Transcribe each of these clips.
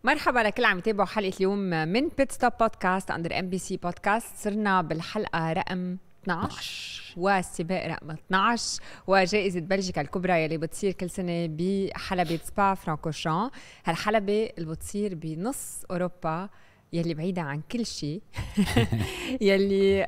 مرحبا لكل عم يتابعوا حلقة اليوم من بيت ستوب بودكاست اندر ام بي سي بودكاست. صرنا بالحلقة رقم 12 والسباق رقم 12 وجائزة بلجيكا الكبرى يلي بتصير كل سنة بحلبة سبا فرانكوشان. هالحلبة اللي بتصير بنص أوروبا يلي بعيدة عن كل شيء يلي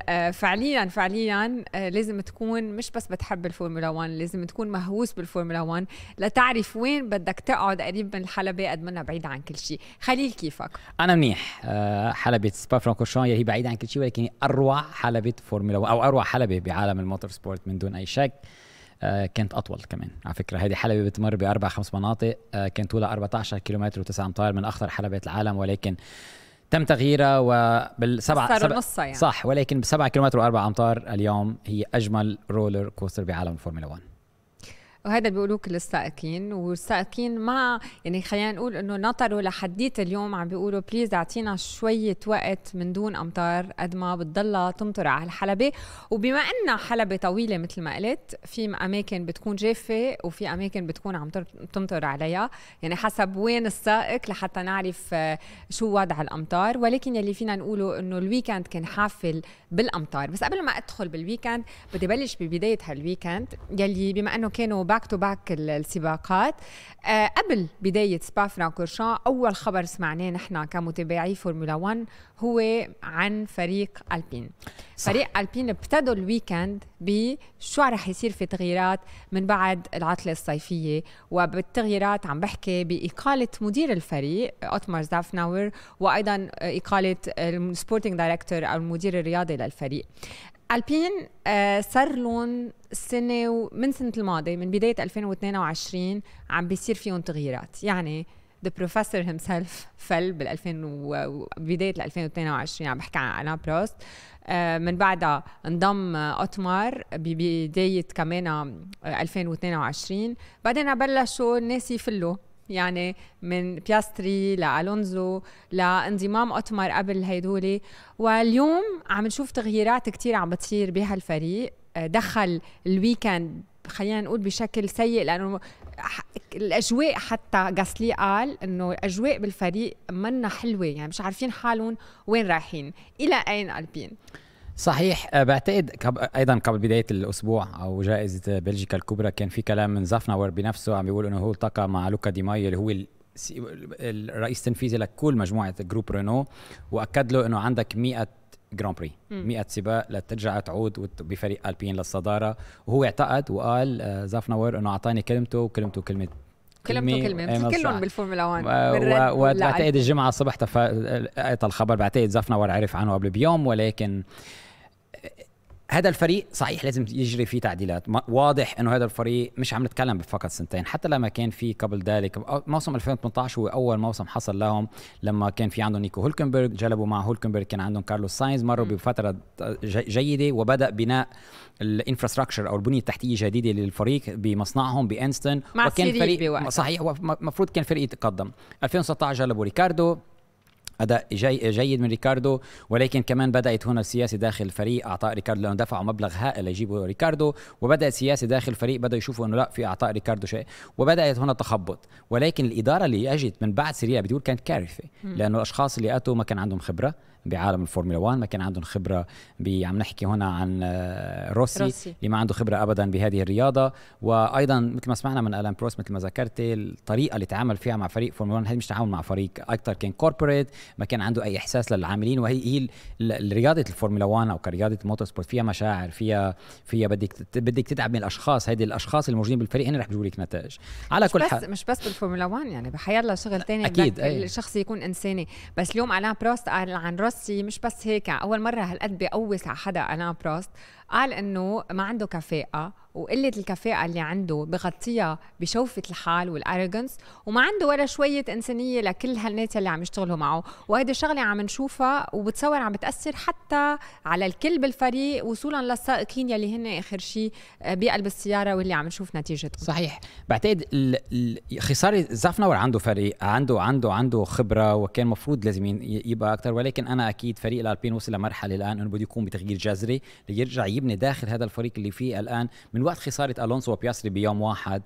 فعليا لازم تكون مش بس بتحب الفورمولا 1، لازم تكون مهووس بالفورمولا 1 لتعرف وين بدك تقعد قريب من الحلبة قد منها بعيدة عن كل شيء. خليل كيفك؟ أنا منيح. حلبة سبا فرانكوشان هي بعيدة عن كل شيء، ولكن أروع حلبة فورمولا 1 أو أروع حلبة بعالم الموتور سبورت من دون أي شك. كانت أطول كمان على فكرة. هذه حلبة بتمر ب4-5 مناطق، كانت طولها 14 كيلومتر و9 أمتار، من أخطر حلبات العالم، ولكن تم تغييرها وبالسبعة نصها يعني. صح، ولكن ب7 كيلومتر و4 أمتار اليوم هي أجمل رولر كوستر بعالم الفورمولا 1. وهذا بيقولوه كل السائقين، والسائقين ما يعني خلينا نقول انه نطروا لحديت اليوم عم بيقولوا بليز اعطينا شويه وقت من دون امطار قد ما بتضلها تمطر على الحلبه. وبما انها حلبه طويله مثل ما قلت، في اماكن بتكون جافه وفي اماكن بتكون عم تمطر عليها، يعني حسب وين السائق لحتى نعرف شو وضع الامطار. ولكن يلي فينا نقوله انه الويكند كان حافل بالامطار. بس قبل ما ادخل بالويكند بدي بلش ببدايه هالويكند يلي بما انه كانوا باك تو باك السباقات. قبل بداية سبا فرانكوشان أول خبر سمعناه نحن كمتابعي فورمولا 1 هو عن فريق ألبين. صح. فريق ألبين ابتدوا الويكند بشو رح يصير في تغييرات من بعد العطلة الصيفية، وبالتغييرات عم بحكي بإقالة مدير الفريق أوتمار زافناور، وأيضا إقالة السبورتنج دايركتور أو المدير الرياضي للفريق. ألبين صار لهم السنة من سنة الماضي من بداية 2022 عم بيصير فيهم تغييرات. يعني the professor himself فل بداية 2022، عم بحكي عن ألان بروست. من بعدها انضم أوتمار ببداية كمان 2022. بعدين بلشوا الناس يفلوا، يعني من بياستري لألونزو لانضمام أوتمار قبل هيدولي. واليوم عم نشوف تغييرات كتير عم بتصير بهالفريق. دخل الويكند خلينا نقول بشكل سيء، لأنه الأجواء حتى غاسلي قال إنه الأجواء بالفريق منا حلوة، يعني مش عارفين حالهم وين رايحين إلى أين ألبين. صحيح. بعتقد ايضا قبل بدايه الاسبوع او جائزه بلجيكا الكبرى كان في كلام من زافناور بنفسه عم بيقول انه هو التقى مع لوكا دي ماي اللي هو الرئيس التنفيذي لكل مجموعه جروب رينو، واكد له انه عندك 100 جران بري 100 سباق لترجع تعود بفريق ألبين للصداره. وهو اعتقد وقال زافناور انه اعطاني كلمته وكلمه كلمه مثل كلهم بالفورمولا 1. وبعتقد الجمعة الصبح قرأت الخبر، بعتقد زافناور عرف عنه قبل بيوم. ولكن هذا الفريق صحيح لازم يجري فيه تعديلات. واضح انه هذا الفريق مش عم نتكلم بفقط سنتين، حتى لما كان في قبل ذلك موسم 2018 هو اول موسم حصل لهم، لما كان في عندهم نيكو هولكنبرغ، جلبوا مع هولكنبرغ كان عندهم كارلوس ساينز، مروا بفتره جيده وبدا بناء الانفراستراكشر او البنيه التحتيه جديده للفريق بمصنعهم بانستون، وكان فريق صحيح المفروض كان فريق يتقدم. 2016 جلبوا ريكاردو، أداء جيد من ريكاردو، ولكن كمان بدأت هنا السياسة داخل الفريق أعطاء ريكاردو، لأنه دفعوا مبلغ هائل ليجيبوا ريكاردو، وبدأت سياسة داخل الفريق بدأوا يشوفوا أنه لا في أعطاء ريكاردو شيء، وبدأت هنا تخبط. ولكن الإدارة اللي أجت من بعد سيريا بتقول كانت كارثة، لأنه الأشخاص اللي أتوا ما كان عندهم خبرة بعالم الفورمولا 1، ما كان عندهم خبرة عم نحكي هنا عن روسي اللي ما عنده خبرة أبدا بهذه الرياضة. وأيضا مثل ما سمعنا من ألان بروست مثل ما ذكرت، الطريقة اللي تعامل فيها مع فريق فورمولا 1 هي مش تعامل مع فريق، أكثر كان كوربوريت، ما كان عنده أي إحساس للعاملين. وهي رياضة الفورمولا 1 أو كرياضة الموتور سبورت فيها مشاعر، فيها بدك تدعم من الأشخاص. هذه الأشخاص الموجودين بالفريق هنا رح بيجوا لك نتائج على كل حال. مش بس بالفورمولا 1، يعني بحيالله شغل تاني أكيد الشخص يكون إنساني. بس اليوم ألان بروست قال عن روسي مش بس هيك، أول مرة هالقد بيقوس على حدا. ألان بروست قال إنه ما عنده كفاءة، وقلة الكفاءة اللي عنده بغطيها بشوفة الحال والأريغنس، وما عنده ولا شوية إنسانية لكل هالناس اللي عم يشتغلوا معه. وهيدي الشغلة عم نشوفها وبتصور عم بتأثر حتى على الكل بالفريق، وصولا للسائقين يلي هن آخر شيء بقلب السيارة واللي عم نشوف نتيجتهم. صحيح. بعتقد خسارة زافناور عنده فريق عنده خبرة، وكان مفروض لازم يبقى أكتر. ولكن أنا أكيد فريق الألبين وصل لمرحلة الآن إنه بده يكون بتغيير جذري ليرجع يبني داخل هذا الفريق اللي فيه الآن من وقت خسارة ألونسو وبياسري بيوم واحد.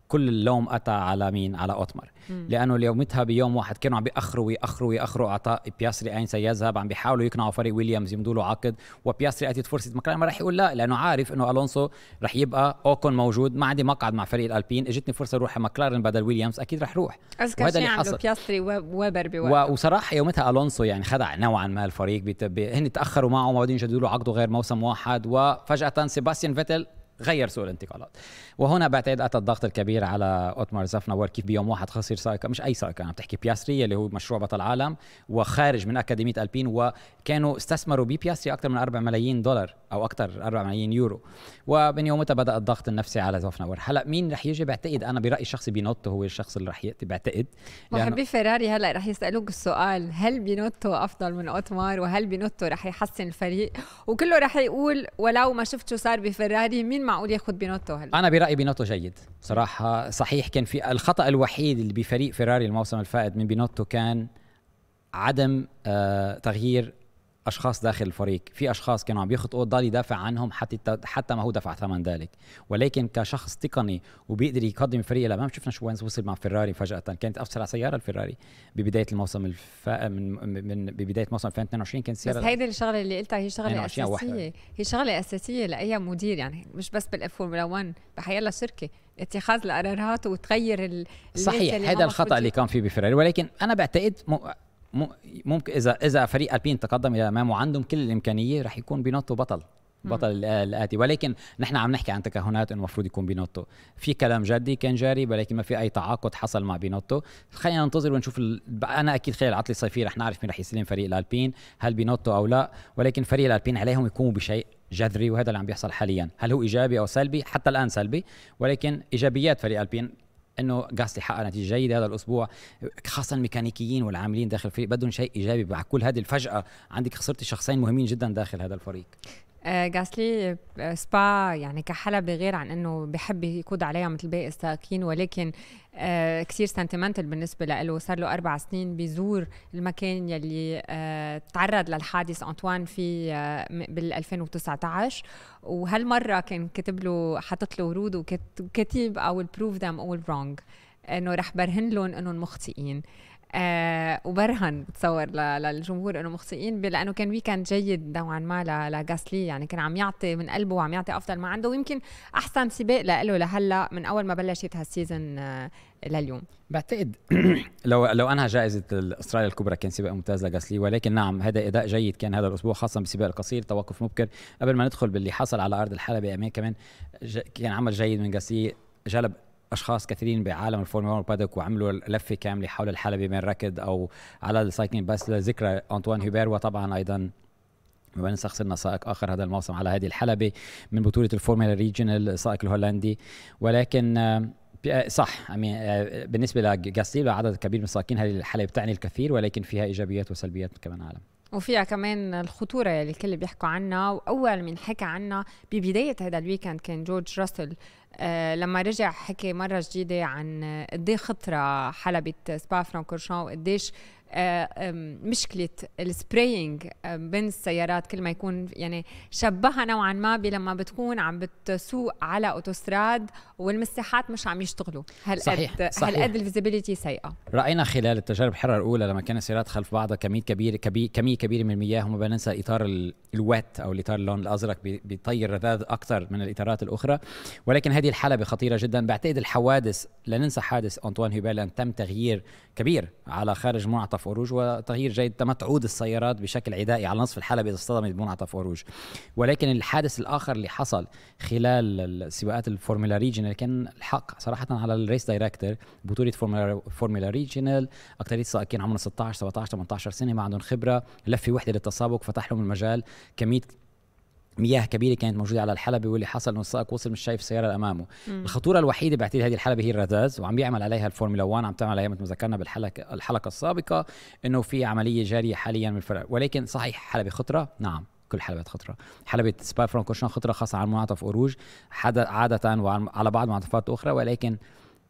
كل اللوم اتى على مين؟ على اوتمر. لانه اليومتها بيوم واحد كانوا عم بيأخروا اعطاء بياسري اين سيذهب، عم بيحاولوا يقنعوا فريق ويليامز يمدوا له عقد، وبياسري اتت فرصه مكلارن ما راح يقول لا، لانه عارف انه الونسو راح يبقى اوكون موجود، ما عندي مقعد مع فريق الالبين، اجتني فرصه اروح مكلارن بدل ويليامز، اكيد راح روح. وهذا اللي حصل. بياسري وويبر بوقت. وصراحه يومتها الونسو يعني خدع نوعا ما الفريق، هن تاخروا معه وما بدهم يجددوا له عقده غير موسم واحد، وفجاه سيباستيان فيتل غير سوق الانتقالات. وهنا بعتقد اتى الضغط الكبير على اوتمار زفناور، كيف بيوم واحد خسر سائق، مش اي سائق، عم تحكي بياسري اللي هو مشروع بطل عالم وخارج من اكاديميه البين، وكانوا استثمروا ببياسري اكثر من 4 ملايين دولار او اكثر 4 ملايين يورو. ومن يومتها بدا الضغط النفسي على زفناور. هلا مين رح يجي؟ بعتقد انا برايي الشخصي بينوتو هو الشخص اللي رح ياتي، بعتقد. محبي فيراري هلا رح يسالوك السؤال، هل بينوتو افضل من اوتمار؟ وهل بينوتو رح يحسن الفريق؟ وكله رح يقول ولو ما شفت شو صار بفيراري، مين معقول ياخذ بينوتو هلا؟ انا برايي بينوتو جيد صراحه. صحيح كان في الخطا الوحيد اللي بفريق فيراري الموسم الفائت من بينوتو كان عدم تغيير اشخاص داخل الفريق. في اشخاص كانوا عم يخطئوا، ضل يدافع عنهم حتى ما هو دفع ثمن ذلك، ولكن كشخص تقني وبيقدر يقدم الفريق الامام. شفنا شو وين وصل مع فيراري فجاه، كانت اسرع سياره الفيراري ببدايه الموسم من ببدايه موسم 2022 كانت سياره. بس هيدي الشغله اللي قلتها هي شغله اساسيه، هي شغله اساسيه لاي مدير، يعني مش بس بالفورمولا 1، بحيلا شركه اتخاذ القرارات وتغير صحيح هذا الخطا اللي كان فيه بفيراري. ولكن انا بعتقد ممكن اذا فريق البين تقدم الى امامه وعندهم كل الامكانيه رح يكون بينوتو بطل الاتي. ولكن نحن عم نحكي عن تكهنات انه المفروض يكون بينوتو، في كلام جدي كان جاري ولكن ما في اي تعاقد حصل مع بينوتو. خلينا ننتظر ونشوف انا اكيد خلال العطله الصيفيه رح نعرف مين رح يستلم فريق الالبين، هل بينوتو او لا. ولكن فريق الالبين عليهم يقوموا بشيء جذري، وهذا اللي عم بيحصل حاليا. هل هو ايجابي او سلبي؟ حتى الان سلبي، ولكن ايجابيات فريق الالبين انه غاسلي حقق نتيجه جيده هذا الاسبوع، خاصه الميكانيكيين والعاملين داخل الفريق بدهم شيء ايجابي. مع كل هذه الفجاه عندك خسرتي شخصين مهمين جدا داخل هذا الفريق. غاسلي سبا يعني كحلبة غير عن انه بحب يقود عليها مثل باقي السائقين، ولكن كثير سنتيمنتال بالنسبه له. صار له 4 سنين بيزور المكان يلي تعرض للحادث أنطوان في بال 2019، وهالمره كان كتب له حاطط له ورود وكتب I will prove them all wrong، انه رح برهن لهم انهم مخطئين. وبرهن بتصور للجمهور انه مخطئين، لانه كان ويكند جيد نوعا ما لغاسلي، يعني كان عم يعطي من قلبه وعم يعطي افضل ما عنده، ويمكن احسن سباق له لهلا من اول ما بلشت هالسيزون لليوم. بعتقد لو انها جائزه استراليا الكبرى كان سباق ممتاز لغاسلي. ولكن نعم هذا اداء جيد كان هذا الاسبوع، خاصه بالسباق القصير، توقف مبكر. قبل ما ندخل باللي حصل على ارض الحلبة امين كمان كان عمل جيد من غاسلي، جلب اشخاص كثيرين بعالم الفورمولا 1 بادوك وعملوا لفه كامله حول الحلبة بين ركض او على السايكلين، بس لذكرى أنطوان هوبير. وطبعا ايضا ما بننسى خسرنا سائق اخر هذا الموسم على هذه الحلبة من بطوله الفورمولا ريجنال، السائق الهولندي. ولكن صح بالنسبه لغاسلي عدد كبير من السائقين هذه الحلبة بتعني الكثير، ولكن فيها ايجابيات وسلبيات كمان عالم، وفيها كمان الخطورة اللي الكل بيحكوا عنها. وأول من حكى عنها ببداية هذا الويكند كان جورج راسل، لما رجع حكي مرة جديدة عن قديه خطرة حلبة سبا فرانكورشان، وقديش مشكلة السبراينج بين السيارات كل ما يكون، يعني شبهها نوعا ما لما بتكون عم بتسوق على اوتوستراد والمساحات مش عم يشتغلوا. هالقد الفيزيبيليتي سيئة. رأينا خلال التجارب الحرة الأولى لما كان السيارات خلف بعضها كمية كبيرة من المياه، وما بننسى الإطار الوات أو الإطار اللون الأزرق بيطير رذاذ أكثر من الإطارات الأخرى. ولكن هذه الحلبة خطيرة جدا. بعتقد الحوادث، لا ننسى حادث أنطوان هوبير لأن تم تغيير كبير على خارج منعطف أوروج، وتغيير جيد تم تعود السيارات بشكل عدائي على نصف الحلبة إذا اصطدمت بمنعطف أوروج. ولكن الحادث الآخر اللي حصل خلال السباقات الفورمولا ريجنال كان الحق صراحة على الريس دايركتور بطولة فورمولا ريجنال. أكثر السائقين عمرهم 16 17 18 سنة، ما عندهم خبرة، لفة وحدة للتسابق فتح لهم المجال. كمية مياه كبيرة كانت موجودة على الحلبة، واللي حصل انه السائق وصل مش شايف السيارة امامه. الخطورة الوحيدة بعتقد هذه الحلبة هي الرذاذ، وعم بيعمل عليها الفورمولا 1، عم تعمل عليها مثل ما ذكرنا الحلقة السابقة انه في عملية جارية حاليا من الفرق. ولكن صحيح حلبة خطرة، نعم كل حلبات خطرة. حلبة سبا فرانكورشان خطرة خاصة على منعطف أوروج عادة وعلى بعض منعطفات أخرى، ولكن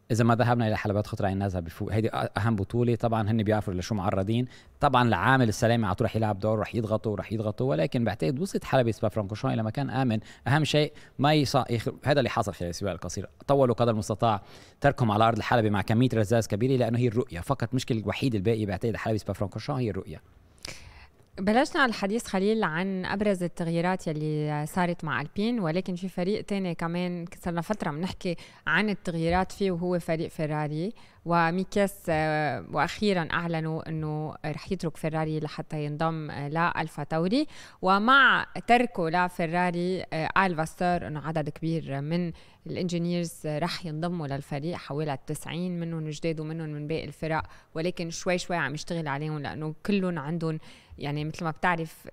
اذا ما ذهبنا الى حلبات خطر عين نذهب بفوق، هيدي اهم بطوله طبعا، هن بيعرفوا لشو معرضين. طبعا العامل السلامي على طول رح يلعب دور، رح يضغطوا، ولكن بعتقد وصلت حلبة سبا فرانكوشان الى مكان امن. اهم شيء ما هذا اللي حصل خلال السباق القصير، طولوا قدر المستطاع تركهم على ارض الحلبة مع كميه رذاذ كبيره، لانه هي الرؤيه فقط. المشكله الوحيده الباقي بعتقد حلبة سبا فرانكوشان هي الرؤيه. بلشنا الحديث خليل عن أبرز التغييرات يلي صارت مع ألبين، ولكن في فريق تاني كمان صرنا فترة بنحكي عن التغييرات فيه، وهو فريق فيراري. وميكاس وأخيرا أعلنوا أنه رح يترك فيراري لحتى ينضم لألفا توري، ومع تركه لفيراري قال فاستر أنه عدد كبير من الانجينيرز رح ينضموا للفريق، حوالي 90 منهم جداد ومنهم من باقي الفرق، ولكن شوي شوي عم يشتغل عليهم لأنه كلهم عندهم يعني مثل ما بتعرف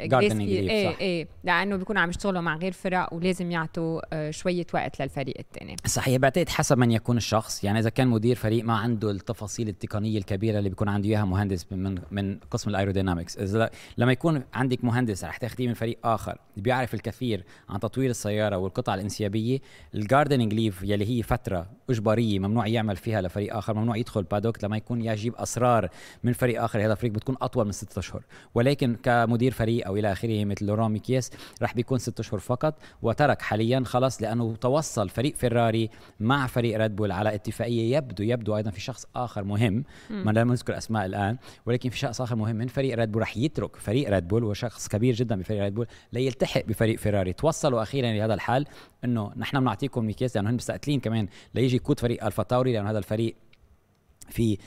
لأنه بيكونوا عم يشتغلوا مع غير فرق ولازم يعطوا شوية وقت للفريق الثاني. صحيح، بعتقد حسب من يكون الشخص. يعني إذا كان مدير فريق ما عنده التفاصيل التقنية الكبيرة اللي بيكون عنده إياها مهندس من قسم الايرودينامكس، لما يكون عندك مهندس رح تاخديه من فريق آخر بيعرف الكثير عن تطوير السيارة والقطع الانسيابية، الجاردنينج ليف يلي هي فترة إجبارية ممنوع يعمل فيها لفريق آخر، ممنوع يدخل بادوك لما يكون يجيب أسرار من فريق آخر، هذا فريق بتكون أطول من 6 أشهر. ولكن كمدير فريق او الى اخره مثل لوران ميكياس رح بيكون 6 اشهر فقط، وترك حاليا خلص لانه توصل فريق فيراري مع فريق ريد بول على اتفاقيه. يبدو ايضا في شخص اخر مهم، ما لا نذكر اسماء الان، ولكن في شخص اخر مهم من فريق ريد بول رح يترك فريق ريد بول، وشخص كبير جدا بفريق ريد بول ليلتحق بفريق فيراري. توصلوا اخيرا لهذا الحال انه نحن بنعطيكم ميكياس، لانه هن مستقتلين كمان ليجي يقود فريق الفا تاوري، لانه هذا الفريق في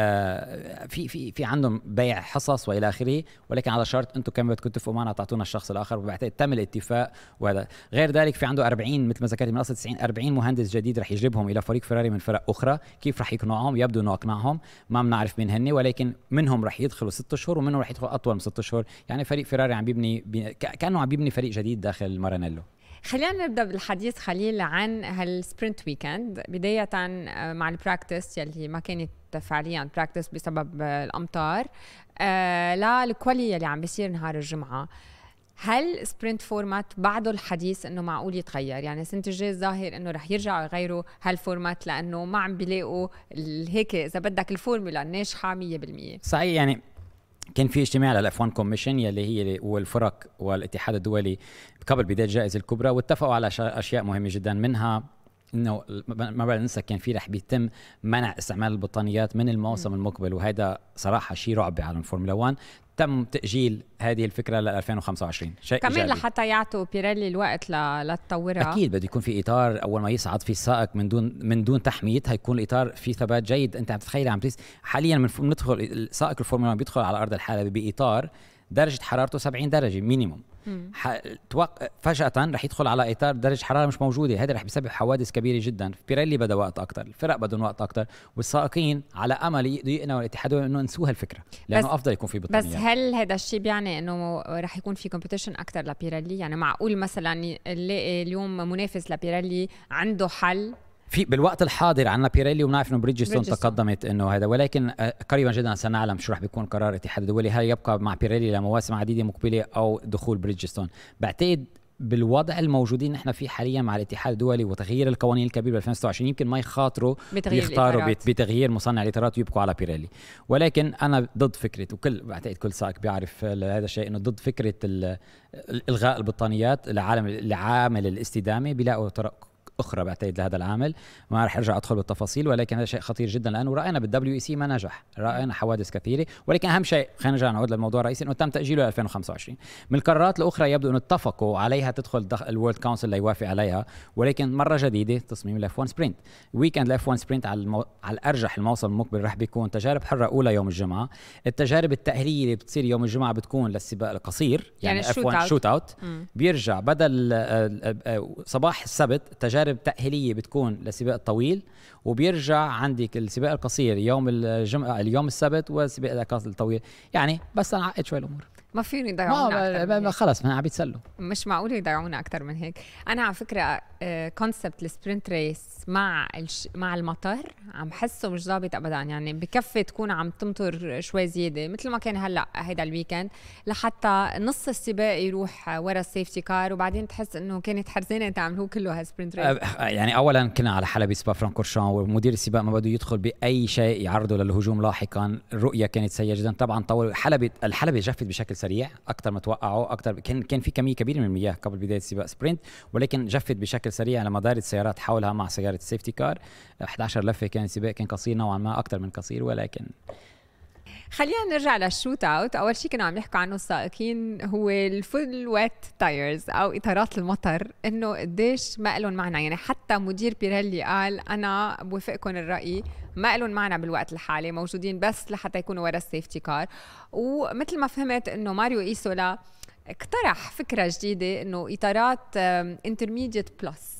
في عندهم بيع حصص والى اخره، ولكن على شرط انتم كمان بدكم تتفقوا معنا تعطونا الشخص الاخر، وبعتقد تم الاتفاق. وهذا غير ذلك في عنده 40 مثل ما ذكرت من اصل 90 40 مهندس جديد رح يجلبهم الى فريق فيراري من فرق اخرى. كيف رح يقنعهم؟ يبدو انه اقنعهم، ما بنعرف مين هن، ولكن منهم رح يدخلوا 6 اشهر ومنهم رح يدخلوا اطول من 6 اشهر. يعني فريق فيراري عم كانه عم بيبني فريق جديد داخل مارانيلو. خلينا نبدأ بالحديث خليل عن هالسبرنت ويكند، بداية مع البراكتس يلي ما كانت فعليا براكتس بسبب الأمطار، للكوالي يلي عم بيصير نهار الجمعة. هل سبرنت فورمات بعده الحديث انه معقول يتغير؟ يعني السنة الجاية الظاهر انه رح يرجعوا يغيروا هالفورمات لانه ما عم بيلاقوا هيك اذا بدك الفورمولا الناجحة 100%. صحيح، يعني كان في اجتماع للاف 1 كوميشن يلي هي والفرق والاتحاد الدولي قبل بدايه الجائزه الكبرى، واتفقوا على اشياء مهمه جدا، منها انه ما بقى ننسى كان في رح بيتم منع استعمال البطانيات من الموسم المقبل، وهذا صراحه شيء رعب بعالم الفورمولا 1. تم تأجيل هذه الفكرة ل 2025 شيء كمان إيجابي. لحتى يعطوا بيريلي الوقت لتطورها. أكيد بده يكون في إطار أول ما يصعد في السائق من دون تحميط، هيكون الإطار في ثبات جيد. أنت عم تتخيل عم حاليا ندخل سائق الفورمولا 1 بيدخل على أرض الحلبة بإطار درجة حرارته 70 درجة مينيموم، فجأة رح يدخل على إطار درجة حرارة مش موجودة. هذا رح بيسبب حوادث كبيرة جدا. بيريلي بده وقت أكتر، الفرق بدهم وقت أكتر، والسائقين على أمل يقنعوا الاتحاد إنه نسوها الفكرة، لأنه أفضل يكون في بطانيات. بس هل هذا الشيء بيعني إنه رح يكون في كومبيتيشن أكتر لبيريلي؟ يعني معقول مثلا نلاقي اليوم منافس لبيريلي عنده حل؟ في بالوقت الحاضر عنا بيريلي، ونعرف انه بريدجستون تقدمت انه هذا، ولكن قريبا جدا سنعلم شو رح بيكون قرار الاتحاد الدولي، هل يبقى مع بيريلي لمواسم عديده مقبله او دخول بريدجستون. بعتقد بالوضع الموجودين نحن فيه حاليا مع الاتحاد الدولي وتغيير القوانين الكبيره ب 2026 يمكن ما يخاطروا يختاروا بتغيير مصنع الاطارات ويبقوا على بيريلي. ولكن انا ضد فكره، بعتقد كل سائق بيعرف هذا الشيء، انه ضد فكره الغاء البطانيات لعامل الاستدامه. بيلاقوا طرق اخرى بعتقد لهذا العامل، ما رح ارجع ادخل بالتفاصيل، ولكن هذا شيء خطير جدا لانه راينا بالدبليو اي سي ما نجح، راينا حوادث كثيره. ولكن اهم شيء خلينا نرجع نعود للموضوع الرئيسي، انه تم تاجيله ل 2025. من القرارات الاخرى يبدو انه اتفقوا عليها تدخل الورلد كونسل ليوافق عليها، ولكن مره جديده تصميم الاف 1 سبرنت. ويكند الاف 1 سبرنت على الارجح الموسم المقبل رح بيكون تجارب حره اولى يوم الجمعه، التجارب التاهيليه اللي بتصير يوم الجمعه بتكون للسباق القصير، يعني اف 1 شوت اوت. بيرجع بدل صباح السبت تجارب تاهيليه بتكون للسباق الطويل، وبيرجع عندك السباق القصير يوم الجمعه اليوم السبت، والسباق الطويل. يعني بس نعقد شوي الامور. ما فيهم يضيعونا اكثر من هيك. خلص ما عم بيتسلوا، مش معقول يضيعونا اكثر من هيك. انا على فكره كونسبت السبرنت ريس مع المطر عم حسه مش ضابط ابدا. يعني بكفي تكون عم تمطر شوي زياده مثل ما كان هلا هيدا الويكند لحتى نص السباق يروح ورا السيفتي كار، وبعدين تحس انه كانت حرزانه تعملوه كله هالسبرنت ريس. يعني اولا كنا على حلبة سبا فرانكورشان، ومدير السباق ما بده يدخل باي شيء يعرضه للهجوم لاحقا. الرؤيه كانت سيئه جدا طبعا. طول الحلبة جفت بشكل سريع اكثر ما توقعوا، اكثر كان في كميه كبيره من المياه قبل بدايه سباق سبرنت، ولكن جفت بشكل سريع لما دارت سيارات حولها مع سياره السيفتي كار. 11 لفه كان السباق، كان قصير نوعا ما، اكثر من قصير. ولكن خلينا نرجع للشوت اوت. اول شيء كنا عم نحكي عنه السائقين هو الفول ويت تايرز او اطارات المطر، انه قديش ما لهم معنى. يعني حتى مدير بيريلي قال انا بوافقكم الراي، ما لهم معنى بالوقت الحالي، موجودين بس لحتى يكونوا ورا السيفتي كار. ومثل ما فهمت انه ماريو إيسولا اقترح فكره جديده انه اطارات انترميديت بلس.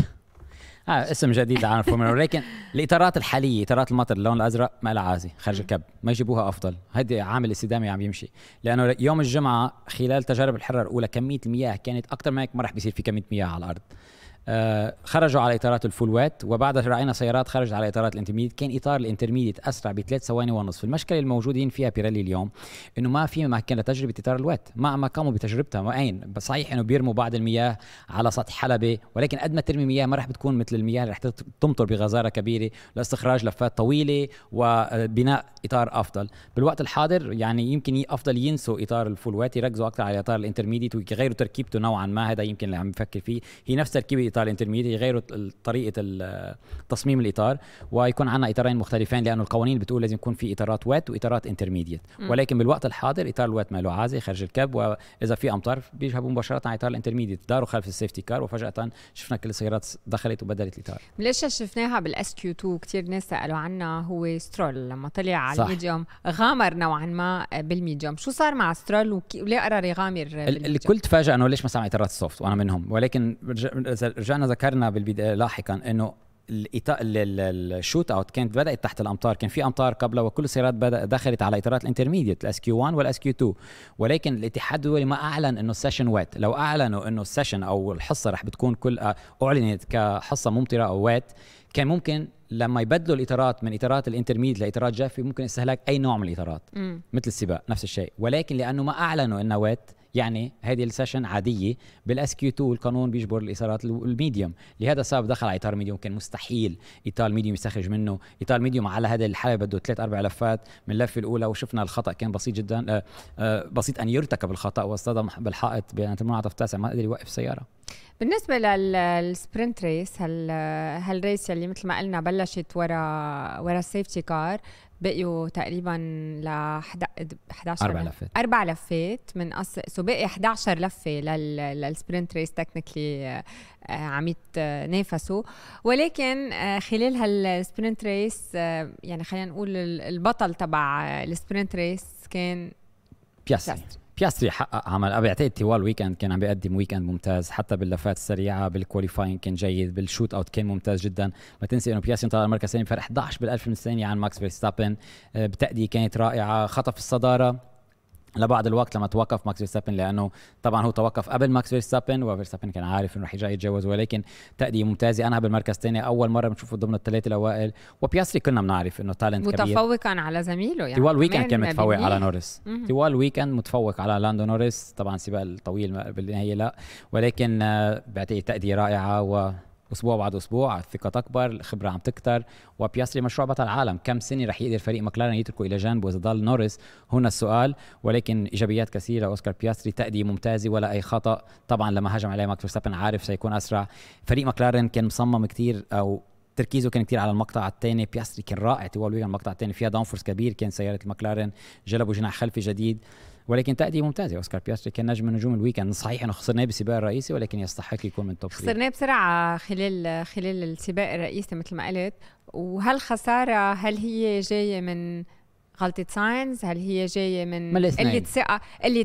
اسم جديد عن الفورمولا، ولكن الاطارات الحاليه اطارات المطر اللون الازرق ما لها عازي خارج الكب، ما يجيبوها افضل. هيدي عامل استدامي عم يمشي، لانه يوم الجمعه خلال تجارب الحره الاولى كميه المياه كانت اكثر من هيك، ما راح بيصير في كميه مياه على الارض. خرجوا على اطارات الفول ويت، وبعدها راينا سيارات خرجت على اطارات الانترميديت. كان اطار الانترميديت اسرع ب3 ثواني ونصف. المشكله الموجودين فيها بيريلي اليوم انه ما في مكان لتجربه اطار الويت، ما قاموا بتجربتها. وين صحيح انه بيرموا بعض المياه على سطح حلبة، ولكن قد ما ترمي مياه ما راح بتكون مثل المياه اللي راح تمطر بغزاره كبيره لاستخراج لفات طويله وبناء اطار افضل. بالوقت الحاضر يعني يمكن افضل ينسوا اطار الفول ويت، يركزوا اكثر على اطار الانترميديت ويغيروا تركيبته نوعا ما. هذا يمكن اللي عم بفكر فيه، هي نفس تركيبه اطار الانترميديت، يغيروا طريقه تصميم الاطار ويكون عندنا اطارين مختلفين، لانه القوانين بتقول لازم يكون في اطارات ويت واطارات انترميديت. ولكن بالوقت الحاضر اطار الويت ما له عازي خارج الكب، واذا في امطار بيذهبوا مباشره على اطار الانترميديت. داروا خلف السيفتي كار وفجاه شفنا كل السيارات دخلت وبدلت الاطار. ليش شفناها بالاس كيو 2 كثير ناس سالوا عنها. هو سترول لما طلع على الميديوم غامر نوعا ما بالميديوم. شو صار مع سترول وليه قرر يغامر بالميديوم؟ الكل تفاجأ انه ليش ما سمع اطارات السوفت، وانا منهم. ولكن رجعنا ذكرنا بالبدايه لاحقا انه الشوت اوت كانت بدات تحت الامطار، كان في امطار قبلها، وكل السيارات دخلت على اطارات الانترميديت الاس كيو 1 والاس كيو 2. ولكن الاتحاد الدولي ما اعلن انه السيشن ويت. لو اعلنوا انه السيشن او الحصه رح بتكون كل اعلنت كحصه ممطره او ويت، كان ممكن لما يبدلوا الاطارات من اطارات الانترميد لاطارات جافه ممكن استهلاك اي نوع من الاطارات مثل السباق نفس الشيء. ولكن لانه ما اعلنوا انه ويت، يعني هذه السيشن عاديه. بالاس كيو 2 القانون بيجبر الاطارات الميديوم، لهذا السبب دخل على اطار ميديوم. كان مستحيل اطار ميديوم يستخرج منه. اطار ميديوم على هذا الحلبة بده 3-4 لفات من اللفه الاولى، وشفنا الخطا كان بسيط جدا. بسيط ان يرتكب الخطا، واصطدم بالحائط بينات المنعطف التاسع، ما قدر يوقف السياره. بالنسبه للسبرنت ريس، هالريس اللي مثل ما قلنا بلشت ورا السيفتي كار، بقيوا تقريبا ل 11 4 لفات من سو بقي 11 لفه للسبرنت ريس تكنيكلي عم يتنافسوا. ولكن خلال هالسبرنت ريس يعني خلينا نقول البطل تبع السبرنت ريس كان بياستري. حقق عمل. بعتقد طوال ويكند كان عم بيقدم ويكند ممتاز، حتى باللفات السريعه بالكواليفاينج كان جيد، بالشوت اوت كان ممتاز جدا. ما تنسي انه بياستري طلع المركز الثاني فرق 11 بالالف من الثانيه عن ماكس فيرستابن. بتأدية كانت رائعه. خطف الصداره لبعض الوقت لما توقف ماكس فيرستابن، لانه طبعا هو توقف قبل ماكس فيرستابن، وفيرستابن كان عارف انه رح يرجع يتجاوز. ولكن تأدية ممتازه. انا بالمركز الثاني اول مره بنشوفه ضمن الثلاثه الاوائل. وبياستري كنا بنعرف انه تالنت كبير، متفوقا على زميله. يعني طوال ويكند كان متفوق على نورس. طوال ويكند متفوق على لاندو نورس. طبعا السباق الطويل بالنهايه لا، ولكن بعتقد تأدية رائعه. واسبوع بعد اسبوع الثقه تكبر، الخبره عم تكتر، وبياستري مشروع بطل العالم. كم سنه رح يقدر فريق ماكلارن يتركه الى جانبه اذا ضل نورس؟ هنا السؤال. ولكن ايجابيات كثيره اوسكار بياستري. تأدية ممتازه ولا اي خطا. طبعا لما هجم عليه ماكس فيرستابن عارف سيكون اسرع. فريق ماكلارن كان مصمم كثير، او تركيزه كان كتير على المقطع الثاني. بياستري كان رائع طوال ويكند. المقطع الثاني فيها داونفورس كبير، كان سياره الماكلارن جلبوا جناح خلفي جديد. ولكن تأدية ممتازة. اوسكار بياستري كان نجم من نجوم الويكند. صحيح انه خسرناه بالسباق الرئيسي، ولكن يستحق يكون من توب 3. خسرناه بسرعه خلال السباق الرئيسي مثل ما قلت. وهالخساره هل هي جايه من غلطة ساينز؟ هل هي جاية من الاثنين. قلة ثقة،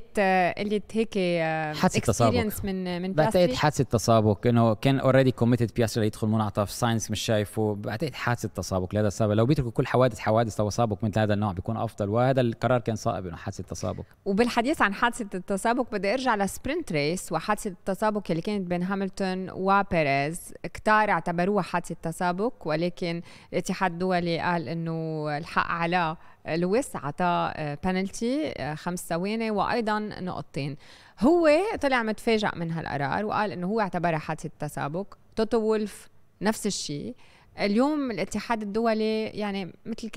قلة هيك حادثة تسابق من بعتقد بياستري؟ حادثة تسابق، انه كان اوريدي كوميتد بياستري ليدخل منعطف، ساينس مش شايفه، بعتقد حادثة تسابق لهذا السبب. لو بيتركوا كل حوادث تسابق مثل هذا النوع بيكون افضل، وهذا القرار كان صائب انه حادثة تسابق. وبالحديث عن حادثة التسابق بدي ارجع لسبرنت ريس وحادثة التسابق اللي كانت بين هاملتون وبيريز. كتار اعتبروها حادثة تسابق، ولكن الاتحاد الدولي قال انه الحق على لويس، عطاه بنالتي 5 ثواني وايضا نقطتين. هو طلع متفاجئ من هالقرار وقال انه هو اعتبرها حادثة تسابق. توتو وولف نفس الشيء. اليوم الاتحاد الدولي يعني مثل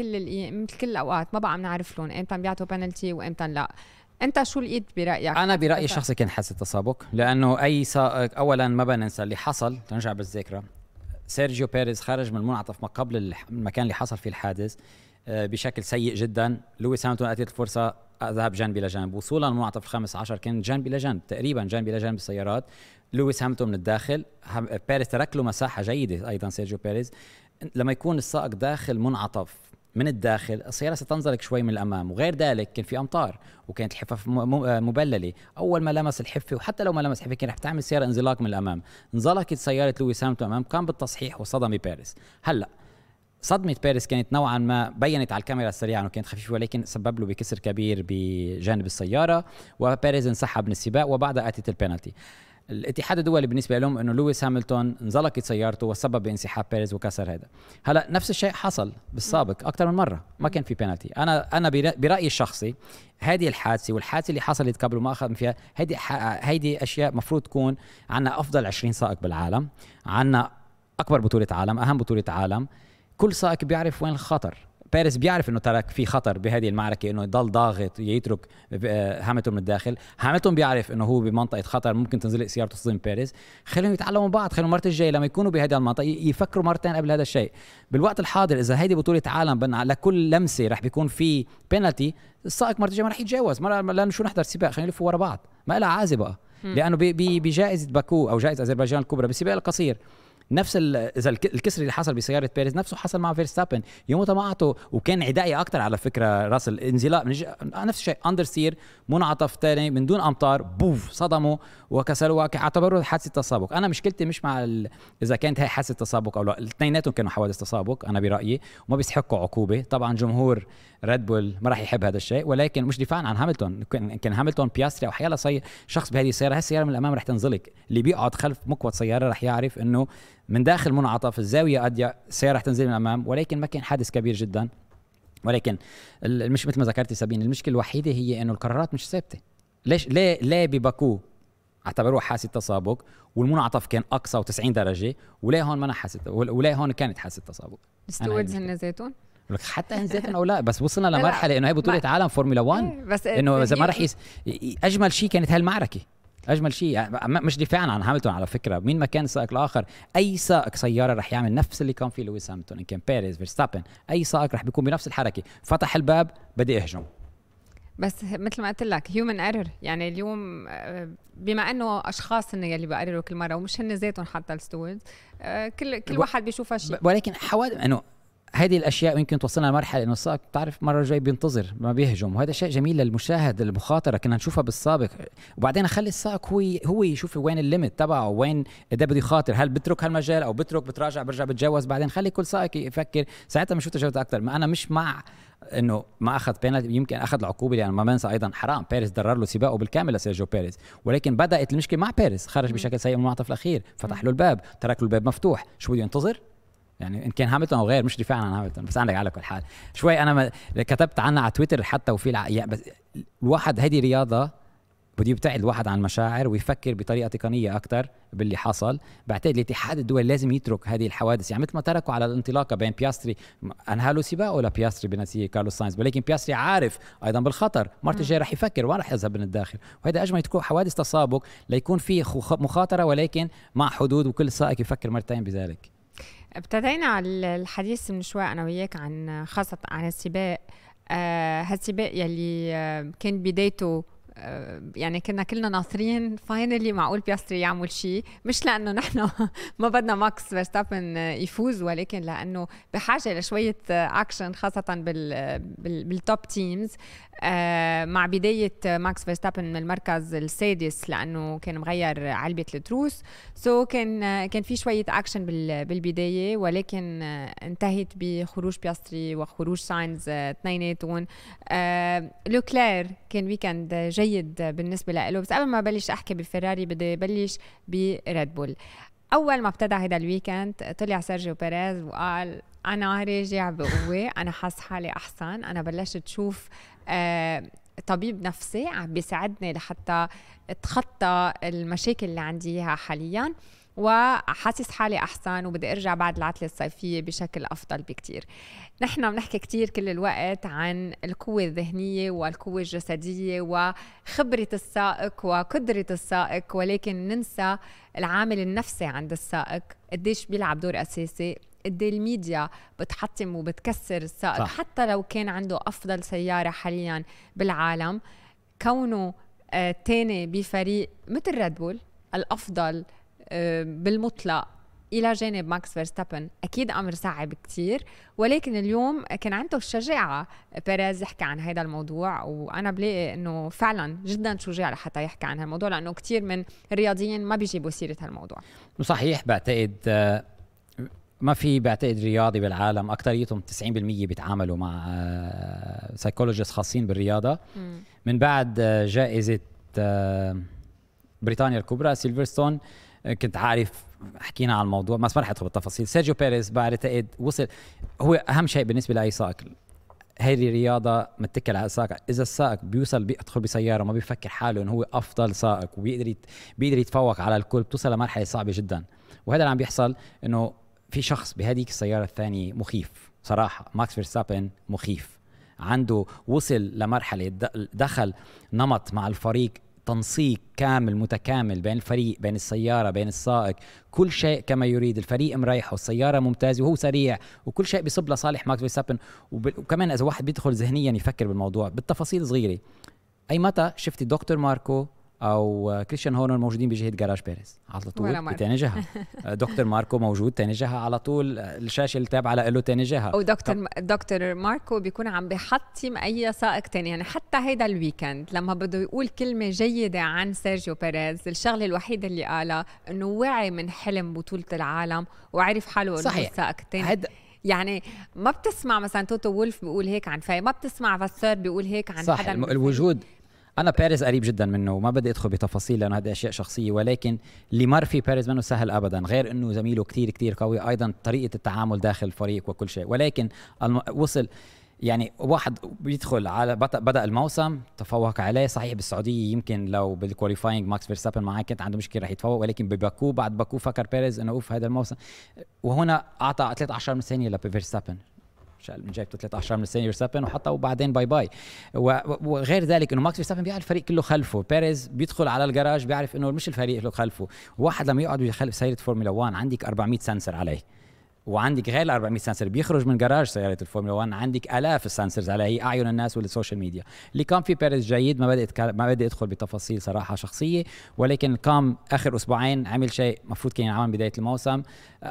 كل الاوقات ما بقى بنعرف لهم امتى بيعطوا بنالتي وامتى لا. انت شو لقيت برايك؟ انا برايي الشخصي كان حادثة تسابق، لانه اي سائق اولا ما بننسى اللي حصل. تنرجع بالذاكره، سيرجيو بيريز خرج من المنعطف ما قبل المكان اللي حصل فيه الحادث بشكل سيء جدا. لويس هاملتون اتت الفرصه، ذهب جانبي لجانب. وصولا للمنعطف ال15 كان جانبي لجانب، تقريبا جانبي لجانب السيارات. لويس هاملتون من الداخل، بيريز ترك له مساحه جيده. ايضا سيرجيو بيريز لما يكون السائق داخل منعطف من الداخل، السياره ستنزلق شوي من الامام، وغير ذلك كان في امطار وكانت الحفاف مبلله. اول ما لمس الحفه، وحتى لو ما لمس الحفه كان رح تعمل السياره انزلاق من الامام. انزلقت سياره لويس هاملتون امام، قام بالتصحيح وصدم بيريز. هلا صدمة بيريز كانت نوعا ما بينت على الكاميرا السريعة انه كانت خفيفة، ولكن سبب له بكسر كبير بجانب السيارة، وبيريز انسحب من السباق وبعدها اتت البينالتي. الاتحاد الدولي بالنسبة لهم انه لويس هاملتون انزلقت سيارته وسبب بانسحاب بيريز وكسر هذا. هلا نفس الشيء حصل بالسابق اكثر من مرة، ما كان في بينالتي. انا برأيي الشخصي هذه الحادثة والحادثة اللي حصلت قبل وما اخذ فيها، هيدي اشياء مفروض تكون عنا افضل 20 سائق بالعالم، عنا اكبر بطولة عالم، اهم بطولة عالم. كل سائق بيعرف وين الخطر. بيريز بيعرف انه ترك في خطر بهذه المعركه، انه يضل ضاغط يترك هاملتون من الداخل. هاملتون بيعرف انه هو بمنطقه خطر، ممكن تنزلق سيارته تصدم بيريز. خليهم يتعلموا بعض، خليهم المره الجايه لما يكونوا بهذه المنطقه يفكروا مرتين قبل هذا الشيء. بالوقت الحاضر اذا هيدي بطوله عالم لكل لمسه رح بيكون في بينالتي، السائق مرة الجايه ما رح يتجاوز، لانه شو نحضر سباق خلينا نلف ورا بعض، ما لها عازه بقى. لانه بجائزه باكو او جائزه اذربيجان الكبرى بالسباق القصير، نفس اذا الكسر اللي حصل بسياره بيريز نفسه حصل مع فيرستابن يومها ما اعطوا، وكان عدائي اكثر على فكره. راس الانزلاق نفس الشيء، اندرستير منعطف ثاني من دون امطار، بوف صدموا وكسروا، اعتبروا حادثه تسابق. انا مشكلتي مش مع اذا كانت هي حادثه تسابق او لا، الاثنيناتهم كانوا حوادث تسابق انا برايي، وما بيستحقوا عقوبه. طبعا جمهور ريد بول ما راح يحب هذا الشيء، ولكن مش دفاعا عن هاملتون. كان هاملتون بياستري او حيلا شخص بهذه السياره، هاي السياره من الامام رح تنزلق. اللي بيقعد خلف مقود سياره رح يعرف انه من داخل منعطف الزاويه اضيق السياره رح تنزل من الامام، ولكن ما كان حادث كبير جدا. ولكن مش مثل ما ذكرتي سابين، المشكله الوحيده هي انه القرارات مش ثابته. ليه بباكو اعتبروها حادثه تسابق والمنعطف كان اقصى و90 درجه، وليه هون ما حادثه، وليه هون كانت حادثه تسابق؟ الستوردز هن ذاتهم حتى هن ذاتهم او لا، بس وصلنا لمرحله انه هي بطوله عالم فورمولا 1، بس انه اذا ما رح اجمل شيء كانت هالمعركه. اجمل شيء يعني مش دفاعا عن هاملتون على فكره، مين ما كان السائق الاخر، اي سائق سياره رح يعمل نفس اللي كان فيه لويس هاملتون، ان كان بيريز فيرستابن، اي سائق رح بيكون بنفس الحركه. فتح الباب بدي اهجم، بس مثل ما قلت لك هيومن ايرور. يعني اليوم بما انه اشخاص هن يلي بقرروا كل مره ومش هن ذاتهم حتى الستوردز، كل واحد بيشوف هالشيء. ولكن انه هذه الاشياء يمكن توصلنا لمرحله انه السائق بتعرف مره جاي بينتظر ما بيهجم، وهذا شيء جميل للمشاهد. المخاطره كنا نشوفها بالسابق، وبعدين اخلي السائق هو يشوف وين الليمت تبعه، وين ده بده يخاطر، هل بترك هالمجال او بتراجع برجع بتجاوز. بعدين خلي كل سائق يفكر. ساعتها بنشوف تجاوزات اكثر. ما انا مش مع انه ما اخذ بينالتي، يمكن اخذ العقوبه، لان ما بنسى ايضا حرام بيريز ضرر له سباقه بالكامل لسيرجيو بيريز. ولكن بدات المشكله مع بيريز، خرج بشكل سيء من المنعطف الاخير، فتح له الباب، ترك له الباب مفتوح. شو بده ينتظر؟ يعني ان كان هاملتون او غير، مش دفاعا عن هاملتون، بس عندك على كل حال شوي. انا كتبت عنها على تويتر حتى، وفي يعني بس الواحد هذه رياضه بده يبتعد الواحد عن المشاعر ويفكر بطريقه تقنيه اكثر باللي حصل. بعتقد الاتحاد الدولي لازم يترك هذه الحوادث، يعني مثل ما تركوا على الانطلاقه بين بياستري، انهى له سباقه لبياستري بنتيجه كارلوس ساينز، ولكن بياستري عارف ايضا بالخطر، مرة الجاي رح يفكر وين رح يذهب من الداخل. وهذا اجمل تكون حوادث تسابق ليكون في مخاطره، ولكن مع حدود، وكل سائق يفكر مرتين بذلك. ابتدينا الحديث من شوي انا وياك عن خاصه عن السباق، هالسباق يلي كان بدايته يعني كنا كلنا ناطرين فاينلي معقول بياستري يعمل شيء، مش لانه نحن ما بدنا ماكس فيرستابن يفوز، ولكن لانه بحاجه لشويه اكشن خاصه بالتوب تيمز. مع بدايه ماكس فيرستابن من المركز السادس لانه كان مغير علبه التروس، كان في شويه اكشن بالبدايه، ولكن انتهت بخروج بياستري وخروج ساينز اثنيناتهم. لوكلير كان ويكند جيد بالنسبه له، بس قبل ما بلش احكي بالفراري بدي بلش بريد بول. اول ما ابتدى هذا الويكند طلع سيرجيو بيريز وقال انا راجع بقوه، انا حاس حالي احسن، انا بلشت اشوف طبيب نفسي عم بيساعدني لحتى اتخطى المشاكل اللي عندي اياها حاليا، وحاسس حالي أحسن وبدي أرجع بعد العطلة الصيفية بشكل أفضل بكتير. نحن بنحكي كتير كل الوقت عن القوة الذهنية والقوة الجسدية وخبرة السائق وقدرة السائق، ولكن ننسى العامل النفسي عند السائق قديش بيلعب دور أساسي، قد الميديا بتحطم وبتكسر السائق. صح. حتى لو كان عنده أفضل سيارة حاليا بالعالم، كونه تاني بفريق مثل ريد بول الأفضل بالمطلق إلى جانب ماكس فيرستابن، أكيد أمر صعب كتير، ولكن اليوم كان عنده الشجاعة بيريز يحكي عن هذا الموضوع، وأنا بلاقي أنه فعلا جدا شجاع لحتى يحكي عن هالموضوع، لأنه كتير من الرياضيين ما بيجيبوا سيرة هالموضوع. صحيح، بعتقد ما في بعتقد رياضي بالعالم أكتريتهم 90% بيتعاملوا مع سايكولوجيست خاصين بالرياضة. من بعد جائزة بريطانيا الكبرى سيلفرستون كنت عارف حكينا عن الموضوع، ما رح ادخل بالتفاصيل. سيرجيو بيريز بعتقد وصل، هو اهم شيء بالنسبه لاي سائق، هذه رياضه متكل على السائق. اذا السائق بيدخل بسياره ما بيفكر حاله انه هو افضل سائق وبيقدر يتفوق على الكل، بتوصل لمرحله صعبه جدا. وهذا اللي عم بيحصل، انه في شخص بهذيك السياره الثانيه مخيف صراحه. ماكس فيرستابن مخيف، عنده وصل لمرحله دخل نمط مع الفريق، تنسيق كامل متكامل بين الفريق، بين السيارة، بين السائق، كل شيء كما يريد. الفريق مريحه، السيارة ممتازة، وهو سريع، وكل شيء بيصب لصالح ماكس فيرستابن. وكمان إذا واحد بيدخل ذهنيا يفكر بالموضوع بالتفاصيل صغيرة، أي متى شفتي دكتور ماركو أو كريستيان هورنر موجودين بجهة جراج بيريز؟ على طول بتاني جهة. دكتور ماركو موجود تاني جهة على طول، الشاشة اللي تابعة له تاني جهة. أو دكتور ماركو بيكون عم بيحطم أي سائق تاني. يعني حتى هيدا الويكند لما بده يقول كلمة جيدة عن سيرجيو بيريز، الشغلة الوحيدة اللي قالها إنه وعي من حلم بطولة العالم وعرف حاله إنه السائق التاني. يعني ما بتسمع مثلا توتو وولف بيقول هيك عن ما بتسمع فاسير بيقول هيك عن حدا الوجود. أنا بيريز قريب جدا منه وما بدي أدخل بتفاصيل لأنه هذه أشياء شخصية، ولكن اللي مر في بيريز منه سهل أبدا، غير أنه زميله كتير كتير قوي، أيضا طريقة التعامل داخل الفريق وكل شيء. ولكن وصل يعني واحد بيدخل على بدأ الموسم تفوق عليه. صحيح بالسعودية يمكن لو بالكواليفاينج ماكس فيرستابن معاه كانت عنده مشكلة رح يتفوق، ولكن بباكو بعد باكو فكر بيريز أنه أوف هذا الموسم، وهنا أعطى 13 من ثانية لفيرستابن، جايبته 13 من الثانية فيرستابن وحطه وبعدين باي باي. وغير ذلك انه ماكس فيرستابن بيعرف الفريق كله خلفه، بيريز بيدخل على الجراج بيعرف انه مش الفريق له خلفه. واحد لما يقعد بخلف سيارة فورمولا 1 عندك 400 سنسر عليه، وعندك غير ال 400 سنسر بيخرج من جراج سيارة الفورمولا 1 عندك آلاف السنسرز عليه، أعين الناس والسوشيال ميديا. اللي كان في بيريز جيد، ما بدي أدخل بتفاصيل صراحة شخصية، ولكن كان آخر أسبوعين عمل شيء مفروض كان يعمل بداية الموسم،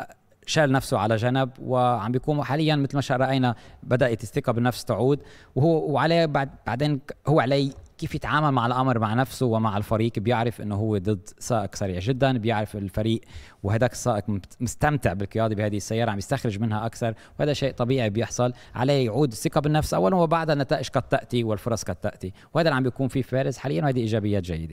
شال نفسه على جنب وعم بيكون حاليا مثل ما رأينا بدأت الثقة بالنفس تعود، وعليه بعدين هو عليه كيف يتعامل مع الأمر مع نفسه ومع الفريق. بيعرف انه هو ضد سائق سريع جدا، بيعرف الفريق وهداك السائق مستمتع بالقيادة بهذه السيارة، عم يستخرج منها أكثر، وهذا شيء طبيعي بيحصل. عليه يعود الثقة بالنفس أولا، وبعدها النتائج قد تأتي والفرص قد تأتي، وهذا اللي عم بيكون فيه بيريز حاليا، وهذه إيجابيات جيدة.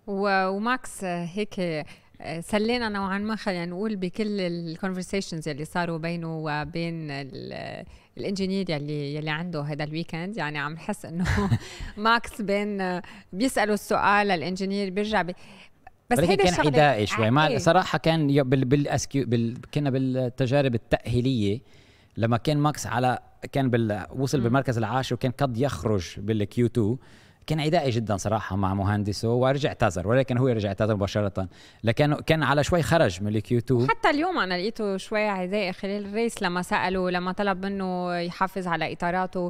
وماكس هيك سلينا نوعا ما خلينا نقول بكل الكونفرسيشنز اللي صاروا بينه وبين الانجينير يلي عنده هذا الويكند. يعني عم نحس انه ماكس بين بيسألوا السؤال للانجينير بيرجع بس هيدا كان عدائي شوي. ما صراحة كان كنا بالتجارب التأهيلية لما كان ماكس كان وصل بالمركز العاشر وكان قد يخرج بالكيو 2، كان عدائي جدا صراحه مع مهندسه ورجع اعتذر، ولكن هو رجع اعتذر مباشره، لكن كان على شوي خرج من الكيو 2. حتى اليوم انا لقيته شوي عدائي خلال الريس لما سالوا، لما طلب منه يحافظ على اطاراته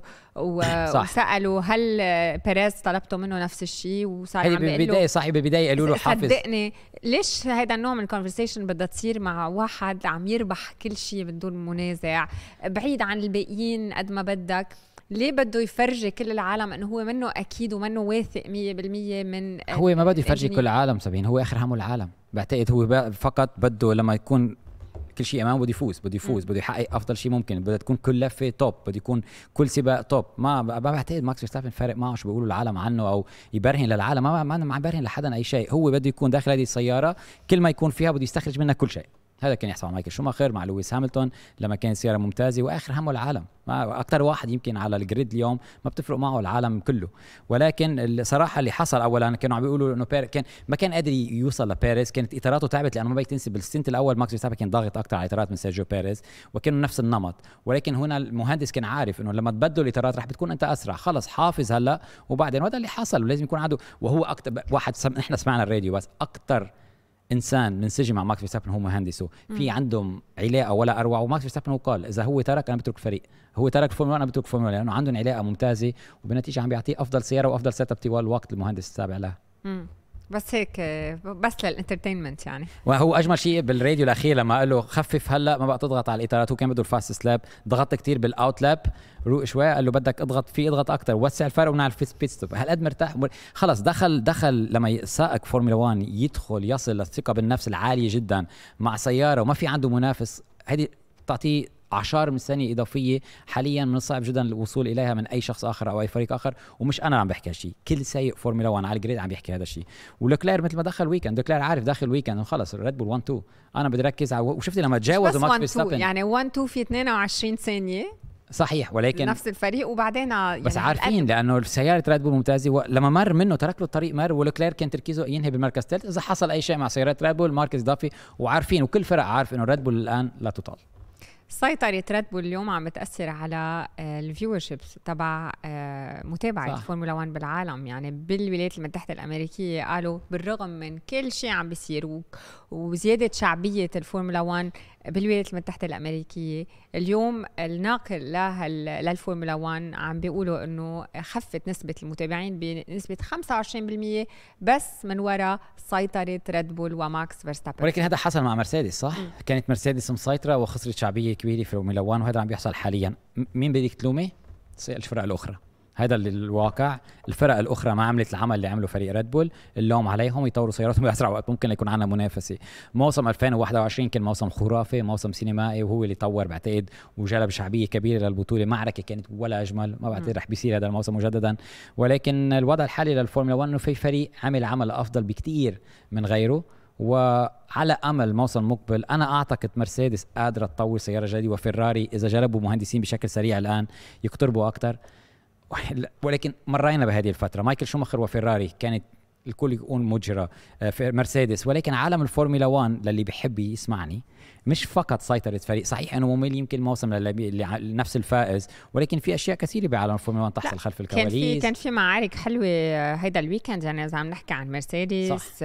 وسالوا هل بيريز طلبته منه نفس الشيء، وصار عم بيقول له صحيح بالبدايه قالوا له حافظ. صدقني ليش هذا النوع من الكونفرسيشن بدها تصير مع واحد عم يربح كل شيء بدون منازع بعيد عن الباقيين قد ما بدك؟ ليه بده يفرجي كل العالم انه هو منه اكيد ومنه واثق 100% من هو ما بده يفرجي كل العالم سابين، هو اخر همه العالم. بعتقد هو فقط بده لما يكون كل شيء امامه بده يفوز، بده يحقق افضل شيء ممكن، بده تكون كل لفه توب، بده يكون كل سباق توب. ما بعتقد ماكس فيرستابن فارق معه شو بيقولوا العالم عنه او يبرهن للعالم، ما يبرهن لحدا اي شيء. هو بده يكون داخل هذه السياره كل ما يكون فيها بده يستخرج منها كل شيء. هذا كان يحصل مع مايكل شوماخر، مع لويس هاملتون لما كانت سياره ممتازه، واخر همه العالم. ما اكثر واحد يمكن على الجريد اليوم ما بتفرق معه العالم كله. ولكن الصراحه اللي حصل اولا كانوا عم بيقولوا انه ما كان قادر يوصل لبيريز، كانت اطاراته تعبت، لانه ما بدك تنسى بالستنت الاول ماكس فيرستابن كان ضاغط اكثر على الاطارات من سيرجيو بيريز، وكانوا نفس النمط. ولكن هنا المهندس كان عارف انه لما تبدلوا الاطارات رح بتكون انت اسرع، خلص حافظ هلا وبعدين. وهذا اللي حصل، ولازم يكون عنده. وهو اكثر واحد احنا سمعنا الراديو، بس اكثر انسان منسجم مع ماكس فيرستابن هو مهندسه، في عندهم علاقه ولا اروع. وماكس فيرستابن هو قال اذا هو ترك انا بترك الفريق، هو ترك الفورمولا انا بترك الفورمولا، لانه عندهم علاقه ممتازه، وبالنتيجه عم بيعطيه افضل سياره وافضل سيت اب طوال الوقت المهندس السابع له. بس هيك بس للانترتينمنت يعني. وهو اجمل شيء بالراديو الاخير لما قال له خفف هلا ما بقى تضغط على الاطارات، هو كان بده الفاست سلاب، ضغطت كتير بالاوت لاب، روق شوي، قال له بدك اضغط اكثر، وسع الفرق ونعرف البيت ستوب. هالقد مرتاح خلص. دخل لما سائق فورمولا 1 يصل للثقه بالنفس العاليه جدا مع سياره وما في عنده منافس، هذه تعطيه عشر من ثانية إضافية حاليا من الصعب جدا الوصول إليها من أي شخص آخر أو أي فريق آخر. ومش أنا عم بحكي هالشيء، كل سايق فورمولا 1 على الجريد عم بيحكي هذا الشيء. ولوكلير مثل ما دخل ويكند، لوكلير عارف داخل ويكند خلص ريد بول 1 2 أنا بدي ركز على. وشفتي لما تجاوزوا ماكس فيرستابن يعني 1 2 في 22 ثانية صحيح، ولكن نفس الفريق وبعدين يعني بس عارفين لانه سياره ريد بول ممتازه، لما مر منه ترك له الطريق مر، ولوكلير كان تركيزه ينهي بالمركز الثالث. اذا حصل اي شيء مع سيارات ريد بول مركز اضافي، وعارفين وكل فرق عارف انه ريد بول الان لا تطال. سيطرة ريد بول اليوم عم بتأثر على الفيورشيبس تبع متابعة الفورمولا 1 بالعالم. يعني بالولايات المتحدة الأمريكية قالوا بالرغم من كل شيء عم بيصير وزيادة شعبية الفورمولا 1 بالولايات المتحدة الأمريكية، اليوم الناقل للفورمولا 1 عم بيقولوا إنه خفت نسبة المتابعين بنسبة 25% بس من وراء سيطرة ريد بول وماكس فيرستابن. ولكن هذا حصل مع مرسيدس صح؟ كانت مرسيدس مسيطرة وخسرت شعبية كبيرة في فورمولا 1، وهذا عم بيحصل حاليا. مين بدك تلومي؟ الفرق الأخرى. هذا الواقع. الفرق الاخرى ما عملت العمل اللي عمله فريق ريد بول، اللوم عليهم يطوروا سياراتهم باسرع وقت ممكن يكون عندنا منافسه. موسم 2021 كان موسم خرافي، موسم سينمائي، وهو اللي طور بعتقد وجلب شعبيه كبيره للبطوله. معركه كانت ولا اجمل، ما بعتقد رح بيصير هذا الموسم مجددا. ولكن الوضع الحالي للفورمولا 1 انه في فريق عمل افضل بكثير من غيره، وعلى امل الموسم المقبل انا اعتقد مرسيدس قادره تطور سياره جديده، وفيراري اذا جلبوا مهندسين بشكل سريع الان يقتربوا اكثر. ولكن مرينا بهذه الفترة، مايكل شوماخر وفيراري كانت الكل يكون مجرى في مرسيدس. ولكن عالم الفورمولا 1 للي بيحب يسمعني مش فقط سيطرة فريق. صحيح انه ممل يمكن الموسم لنفس الفائز، ولكن في اشياء كثيره بعالم الفورمولا 1 تحصل خلف الكواليس. كان في معارك حلوه هيدا الويكند. يعني اذا عم نحكي عن مرسيدس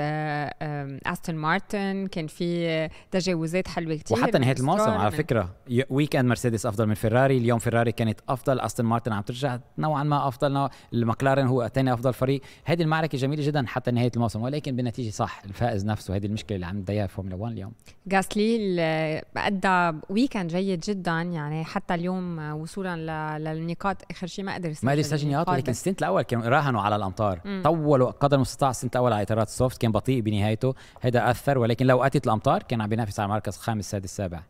استون مارتن، كان في تجاوزات حلوه كثير. وحتى نهايه الموسم على فكره ويكند مرسيدس افضل من فيراري، اليوم فيراري كانت افضل، استون مارتن عم ترجع نوعا ما افضل، المكلارن هو ثاني افضل فريق. هذه المعركه جميله جدا حتى نهايه الموسم، ولكن بالنتيجه صح الفائز نفسه. هذه المشكله اللي عم تضايقها الفورمولا 1 اليوم. غاسلي أدى ويكند جيد جدا، يعني حتى اليوم وصولا للنقاط اخر شيء ما قدر يسجل نقاط. لكن السنت الاول كانوا راهنوا على الامطار، طولوا قدر المستطاع السنت الاول على اطارات السوفت، كان بطيء بنهايته، هذا اثر. ولكن لو اتت الامطار كان عم بينافس على مركز خامس سادس سابع.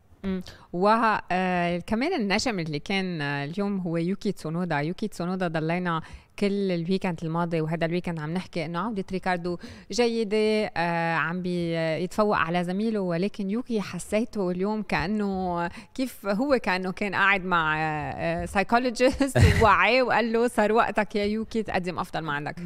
وكمان النجم اللي كان اليوم هو يوكي تسونودا ضلينا كل الويكند الماضي وهذا الويكند عم نحكي انه عودة ريكاردو جيدة، عم بيتفوق على زميله. ولكن يوكي حسيته اليوم كأنه كأنه كان قاعد مع سايكولوجيست ووعيه وقال له صار وقتك يا يوكي تقدم افضل ما عندك.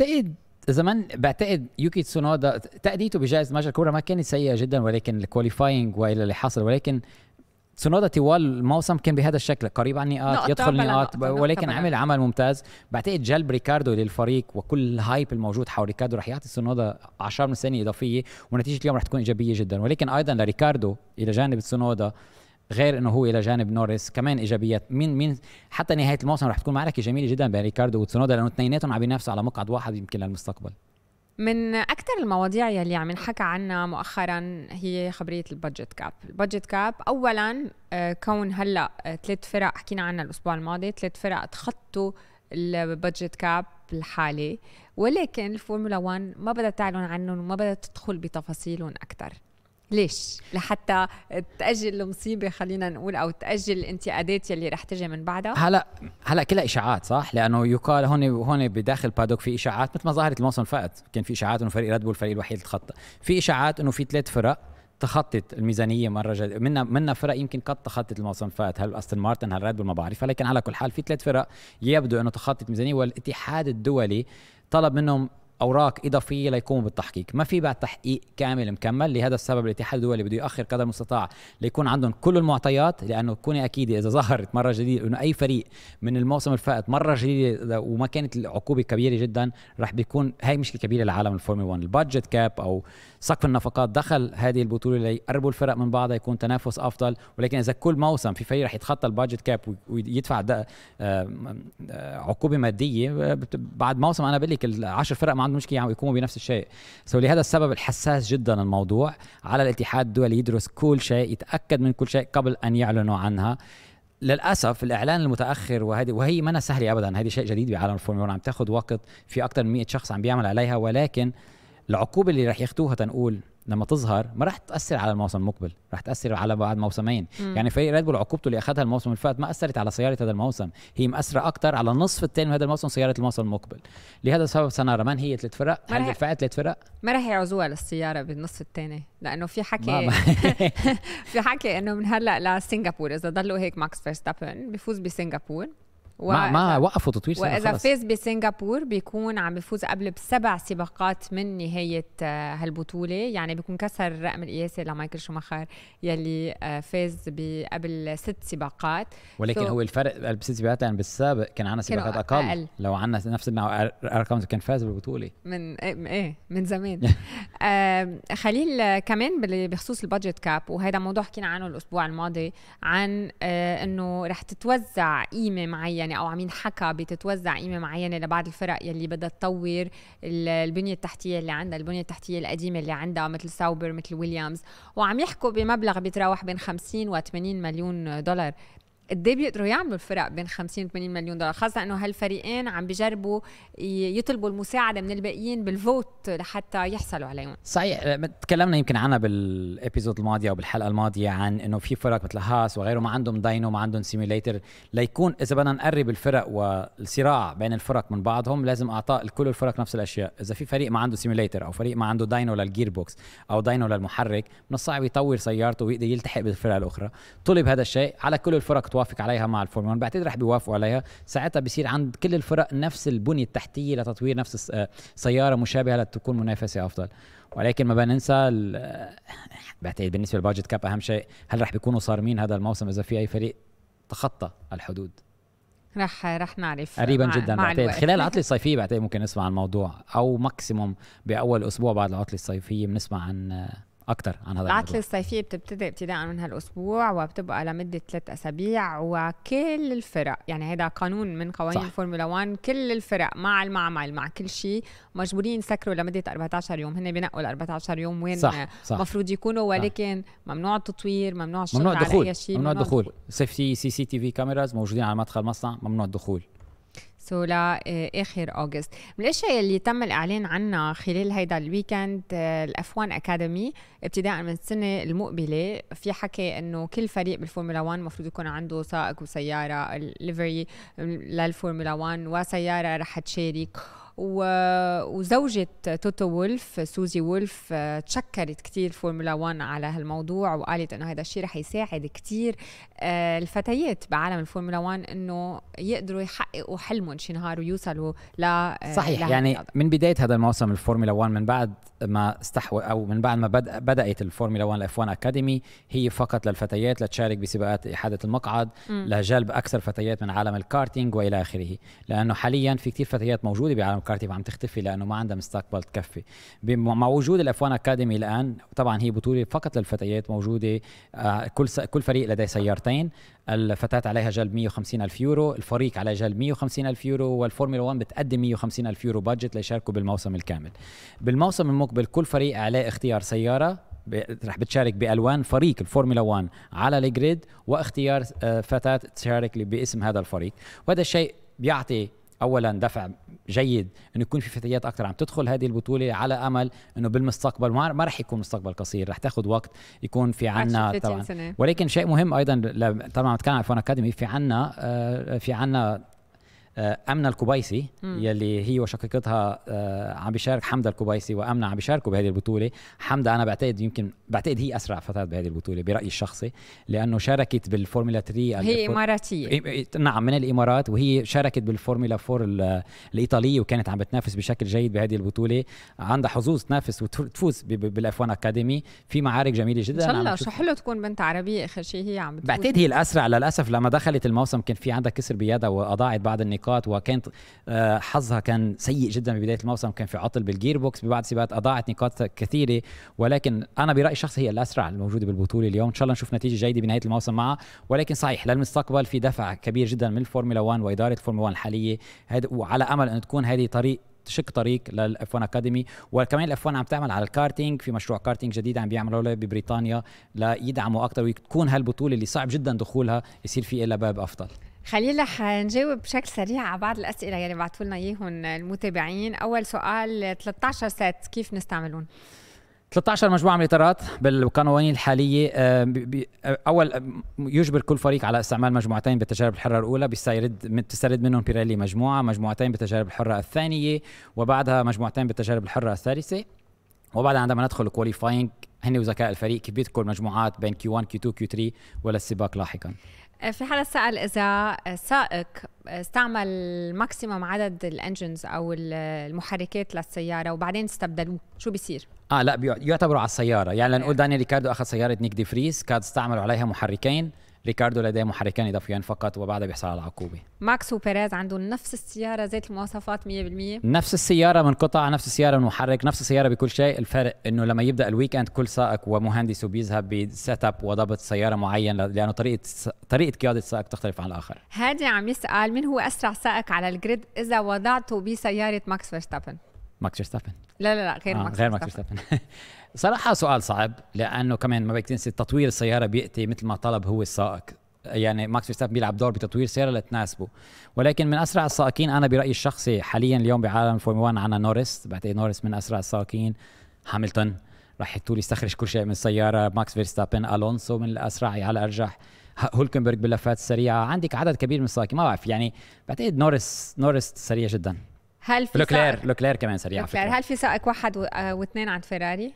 بعتقد يوكي تسونودا تأديته بجائزة ماجر كورة ما كانت سيئة جدا، ولكن الكواليفاينج والى اللي حصل. ولكن تسونودا طوال الموسم كان بهذا الشكل، قريب عن النقاط، يدخل نقاط، ولكن عمل عمل ممتاز. بعتقد جلب ريكاردو للفريق وكل الهايب الموجود حول ريكاردو رح يعطي تسونودا 10 من الثانية إضافية، ونتيجة اليوم رح تكون إيجابية جدا. ولكن أيضا لريكاردو إلى جانب تسونودا، غير انه هو الى جانب نوريس كمان ايجابيات. مين حتى نهايه الموسم رح تكون معركه جميله جدا بين ريكاردو وتسونودا، لانه اثنيناتهم عم بينافسوا على مقعد واحد يمكن للمستقبل. من أكثر المواضيع يلي عم نحكى عنها مؤخرا هي خبرية البادجت كاب. البادجت كاب أولا كون هلأ 3 فرق حكينا عنها الأسبوع الماضي، 3 فرق تخطوا البادجت كاب الحالي، ولكن الفورمولا 1 ما بدها تعلن عنهم وما بدها تدخل بتفاصيلهم أكثر. ليش؟ لحتى تأجل المصيبة خلينا نقول، أو تأجل الانتقادات يلي رح تجي من بعدها. هلا كلها إشاعات صح، لأنه يقال هون بداخل بادوك في إشاعات مثل ما ظهرت الموسم فات. كان في إشاعات إنه فريق ريد بول الفريق الوحيد اللي تخطى، في إشاعات إنه في 3 فرق تخطت الميزانية مرة منا فرق يمكن قد تخطت الموسم فات، هل أستون مارتن هل ريد بول ما بعرفها، لكن على كل حال في 3 فرق يبدو إنه تخطت ميزانية، والاتحاد الدولي طلب منهم أوراق إضافية ليقوموا بالتحقيق. ما في بعد تحقيق كامل مكمل، لهذا السبب الاتحاد الدولي بده يأخر قدر المستطاع ليكون عندهم كل المعطيات، لأنه كوني أكيد إذا ظهرت مرة جديدة إنه أي فريق من الموسم الفائت مرة جديدة وما كانت العقوبة كبيرة جدا، رح بيكون هاي مشكلة كبيرة لعالم الفورمولا 1. البادجت كاب أو سقف النفقات دخل هذه البطولة ليقربوا الفرق من بعضها، يكون تنافس أفضل. ولكن إذا كل موسم في فريق رح يتخطى البادجت كاب ويدفع عقوبة مادية، بعد موسم أنا بقول لك 10 فرق ما عندهم مشكلة يقوموا بنفس الشيء. لهذا السبب الحساس جدا الموضوع، على الاتحاد الدولي يدرس كل شيء، يتأكد من كل شيء قبل أن يعلنوا عنها. للأسف الإعلان المتأخر وهي ما سهلة أبدا، هذه شيء جديد بعالم الفورمولا، عم تاخد وقت، في أكثر من 100 شخص عم بيعمل عليها. ولكن العقوبة اللي رح ياخدوها تنقول لما تظهر ما رح تأثر على الموسم المقبل، رح تأثر على بعد موسمين. يعني فريق ريد بول عقوبته اللي أخذها الموسم اللي فات ما أثرت على سيارة هذا الموسم، هي مأثرة أكتر على النصف الثاني من هذا الموسم، سيارة الموسم المقبل. لهذا السبب سنرى من هي 3 فرق، هل بالفعل 3 فرق ما رح يعوزوها للسيارة بالنصف الثاني، لأنه في حكي في حكي إنه من هلأ لسنغافورة إذا ضلوا هيك ماكس فيرستابن بيفوز بسنغافور، ما وقفوا تطوير سنة. وإذا فاز بسنغافور بيكون عم بيفوز قبل ب7 سباقات من نهاية هالبطولة، يعني بيكون كسر الرقم القياسي لمايكل شوماخر يلي فاز قبل 6 سباقات. ولكن هو الفرق ب6 سباقات يعني بالسابق كان عنا سباقات أقل. لو عنا نفس الأرقام كان فاز بالبطولة من زمان. خليل كمان بخصوص البادجت كاب، وهذا موضوع حكينا عنه الأسبوع الماضي، عن إنه رح تتوزع قيمة معينة أو عم ينحكى بتتوزع قيمة معينة لبعض الفرق يلي بدها تطور البنية التحتية اللي عندها، البنية التحتية القديمة اللي عندها، مثل ساوبر مثل ويليامز، وعم يحكوا بمبلغ بيتراوح بين 50 و 80 مليون دولار. قد ايه بيقدروا يعملوا الفرق بين 50 و 80 مليون دولار، خاصة انه هالفريقين عم بيجربوا يطلبوا المساعدة من الباقيين بالفوت لحتى يحصلوا عليهم. صحيح، تكلمنا يمكن عنها بالابيزود الماضية او بالحلقة الماضية عن انه في فرق مثل هاس وغيره ما عندهم داينو، ما عندهم سيميليتر، ليكون اذا بدنا نقرب الفرق والصراع بين الفرق من بعضهم لازم اعطاء لكل الفرق نفس الاشياء. اذا في فريق ما عنده سيميليتر او فريق ما عنده داينو للجير بوكس او داينو للمحرك، من الصعب يطور سيارته ويقدر يلتحق بالفرق الاخرى. طلب هذا الشيء على كل الفرق توافق عليها مع الفورمولا 1، بعتقد رح بيوافقوا عليها، ساعتها بيصير عند كل الفرق نفس البنية التحتية لتطوير نفس سيارة مشابهة لتكون منافسة أفضل. ولكن ما بننسى بعتقد بالنسبة للبادجت كاب أهم شيء هل رح بيكونوا صارمين هذا الموسم إذا في أي فريق تخطى الحدود. رح نعرف قريبا جدا بعتقد خلال العطلة الصيفية، بعتقد ممكن نسمع عن الموضوع، أو ماكسيموم بأول أسبوع بعد العطلة الصيفية بنسمع عن أكتر عن هذا العطلة الصيفية بتبتدئ ابتداء من هالأسبوع وبتبقى لمدة 3 أسابيع، وكل الفرق، يعني هذا قانون من قوانين الفورمولا 1، كل الفرق مع المعمل مع كل شيء مجبورين يسكروا لمدة 14 يوم. هن بينقوا ال 14 يوم وين مفروض يكونوا، ولكن ممنوع التطوير، ممنوع الشغل على أي شيء، ممنوع الدخول. سيفتي CCTV كاميراز موجودين على مدخل المصنع، ممنوع الدخول لآخر أغسطس. من الأشياء اللي تم الإعلان عنها خلال هيدا الويكند الF1 أكاديمي ابتداء من السنة المقبلة، في حكي إنه كل فريق بالفورمولا 1 مفروض يكون عنده سائق وسيارة الليفري للفورمولا 1 وسيارة رح تشارك، وزوجة توتو وولف سوزي وولف تشكرت كتير فورمولا 1 على هالموضوع، وقالت انه هذا الشيء رح يساعد كتير الفتيات بعالم الفورمولا 1 انه يقدروا يحققوا حلمهم شي نهار ويوصلوا صحيح. يعني من بداية هذا الموسم الفورمولا 1، من بعد ما استحوذ او من بعد ما بدأت الفورمولا 1 الاف 1 اكاديمي، هي فقط للفتيات لتشارك بسباقات إحادة المقعد، لجلب اكثر فتيات من عالم الكارتينج والى اخره. لانه حاليا في كثير فتيات موجوده بعالم الكارتينج عم تختفي لانه ما عندها مستقبل تكفي. مع وجود الاف 1 اكاديمي الان، طبعا هي بطوله فقط للفتيات موجوده، كل فريق لديه سيارتين، الفتاة عليها جلب 150 ألف يورو، الفريق عليه جلب 150 ألف يورو، والفورمولا 1 بتقدم 150 ألف يورو بادجت ليشاركوا بالموسم الكامل. بالموسم المقبل كل فريق عليه اختيار سيارة رح بتشارك بألوان فريق الفورمولا 1 على الجريد، واختيار فتاة تشارك باسم هذا الفريق. وهذا الشيء بيعطي اولا دفع جيد انه يكون في فتيات اكثر عم تدخل هذه البطوله، على امل انه بالمستقبل ما رح يكون مستقبل قصير، رح تاخذ وقت يكون في عنا طبعا سنة. ولكن شيء مهم ايضا طبعا كان على فون اكاديمي في عنا أمنة الكوبايسي يلي هي وشقيقتها عم بيشارك حمدة الكوبايسي وأمنة عم بيشاركوا بهذه البطولة. حمدة أنا بعتقد هي أسرع فتاة بهذه البطولة برأيي الشخصي، لأنه شاركت بالفورمولا 3. هي إماراتية. نعم من الإمارات، وهي شاركت بالفورمولا 4 الإيطالية، وكانت عم بتنافس بشكل جيد بهذه البطولة. عندها حظوظ تنافس وتفوز بالأف 1 أكاديمي في معارك جميلة جدا. إن شاء الله. شو حلو تكون بنت عربية آخر شيء هي عم بتفوز. بعتقد هي الأسرع. للأسف لما دخلت الموسم كان في عندها كسر بيدها وأضاعت بعض النقاط، وكانت حظها كان سيء جدا ببداية الموسم، كان في عطل بالجير بوكس ببعض السباقات، أضاعت نقاط كثيرة. ولكن أنا برأيي الشخصي هي الأسرع الموجودة بالبطولة اليوم. إن شاء الله نشوف نتيجة جيدة بنهاية الموسم معها. ولكن صحيح للمستقبل في دفع كبير جدا من الفورمولا 1 وإدارة الفورمولا 1 الحالية، وعلى أمل أن تكون هذه تشق طريق للاف 1 اكاديمي. وكمان الاف 1 عم تعمل على الكارتينج، في مشروع كارتينج جديد عم بيعملوا له ببريطانيا ليدعموا اكثر، وتكون هالبطوله اللي صعب جدا دخولها يصير في لها باب افضل. خلينا رح نجاوب بشكل سريع على بعض الاسئله يلي بعثوا لنا اياهم المتابعين. اول سؤال، 13 سات كيف نستعملون؟ 13 مجموعة من الإطارات بالقوانين الحالية. أول يجبر كل فريق على استعمال مجموعتين بالتجارب الحرة الأولى، بتسترد منهم بيريلي مجموعتين بالتجارب الحرة الثانية، وبعدها مجموعتين بالتجارب الحرة الثالثة. وبعدها عندما ندخل الكواليفاينج هن وذكاء الفريق كيف بيذكر المجموعات بين Q1 Q2 Q3 ولا السباق لاحقا. في حدا سأل إذا سائق استعمل ماكسيمم عدد الانجنز أو المحركات للسيارة وبعدين استبدلوه، شو بيصير؟ لا يعتبروا على السيارة. يعني لنقول دانيال ريكاردو أخذ سيارة نيك دي فريس، كان استعملوا عليها محركين، ريكاردو لديه محركين إضافيين فقط، وبعدها بيحصل على العقوبة. ماكس وبيريز عندهم نفس السيارة ذات المواصفات 100%، نفس السيارة من قطع، نفس السيارة من محرك، نفس السيارة بكل شيء. الفرق إنه لما يبدأ الويكند كل سائق ومهندس بيذهب بسيت اب وضبط سيارة معين، لأنه طريقة قيادة السائق تختلف عن الآخر. هادي عم يسأل مين هو أسرع سائق على الجريد إذا وضعته بسيارة ماكس فيرستابن؟ ماكس فيرستابن؟ لا غير ماكس فيرستابن. صراحة سؤال صعب، لأنه كمان ما بدك تنسي تطوير السيارة بيأتي مثل ما طلب هو السائق. يعني ماكس فيرستابن بيلعب دور بتطوير سيارة لتناسبه. ولكن من أسرع السائقين أنا برأيي الشخصي حاليا اليوم بعالم الفورمولا 1 عنا نورس، بعتقد نورس من أسرع السائقين. هاملتون راح يطول يستخرج كل شيء من السيارة. ماكس فيرستابن، ألونسو من الأسرع على أرجح، هولكنبرغ باللفات السريعة. عندك عدد كبير من السائقين، ما بعرف يعني بعتقد نورس سريع جدا. هل في لوكلير كمان سريع. هل في سائق واحد واثنين عند فيراري؟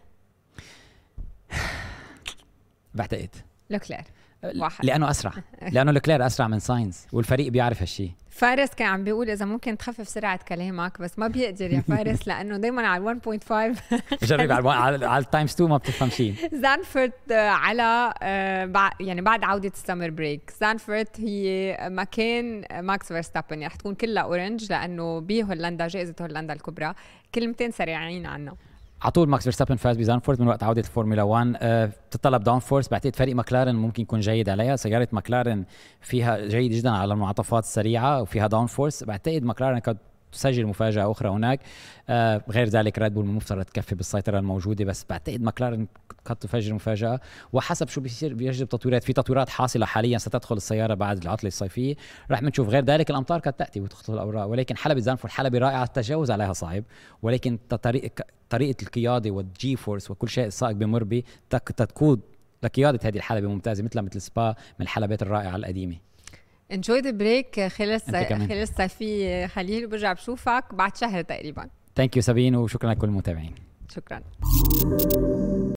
بعتقد لوكلير واحد، لانه اسرع. لانه لوكلير اسرع من ساينز، والفريق بيعرف هالشيء. فارس كان عم بيقول اذا ممكن تخفف سرعه كلامك، بس ما بيقدر يا فارس لانه دايما على 1.5 جرب على التايمز 2 ما بتفهم شيء. زانفورت على يعني بعد عوده السمر بريك، زانفورت هي مكان ماكس فيرستابن، يعني رح تكون كلها اورنج لانه بهولندا جائزه هولندا الكبرى. كلمتين سريعين عنه. على طول ماكس فيرستابن فاز بزانفورت من وقت عوده الفورمولا 1. تتطلب داون فورس، بعتقد فريق ماكلارن ممكن يكون جيد عليها. سياره ماكلارن فيها جيد جدا على المنعطفات السريعه وفيها داون فورس. بعتقد ماكلارن قد تسجل مفاجاه اخرى هناك. غير ذلك ريد بول المفترض تكفي بالسيطره الموجوده، بس بعتقد ماكلارن قد تفجر مفاجاه. وحسب شو بيصير بيجب تطويرات، في تطويرات حاصله حاليا ستدخل السياره بعد العطله الصيفيه، رح نشوف. غير ذلك الامطار قد تاتي وتخطف الاوراق، ولكن حلبة زانفورت حلبة رائعه، التجاوز عليها صعب، ولكن طريقه القياده والجي فورس وكل شيء السائق بمر به تقود لقياده هذه الحلبة ممتازه، مثل سبا من الحلبات الرائعه القديمه. انجوي ذا بريك. أنت كمان. خلال الصيفية خليل، وبرجع بشوفك بعد شهر تقريبا. ثانك يو سابين، وشكرا لكل المتابعين. شكرا.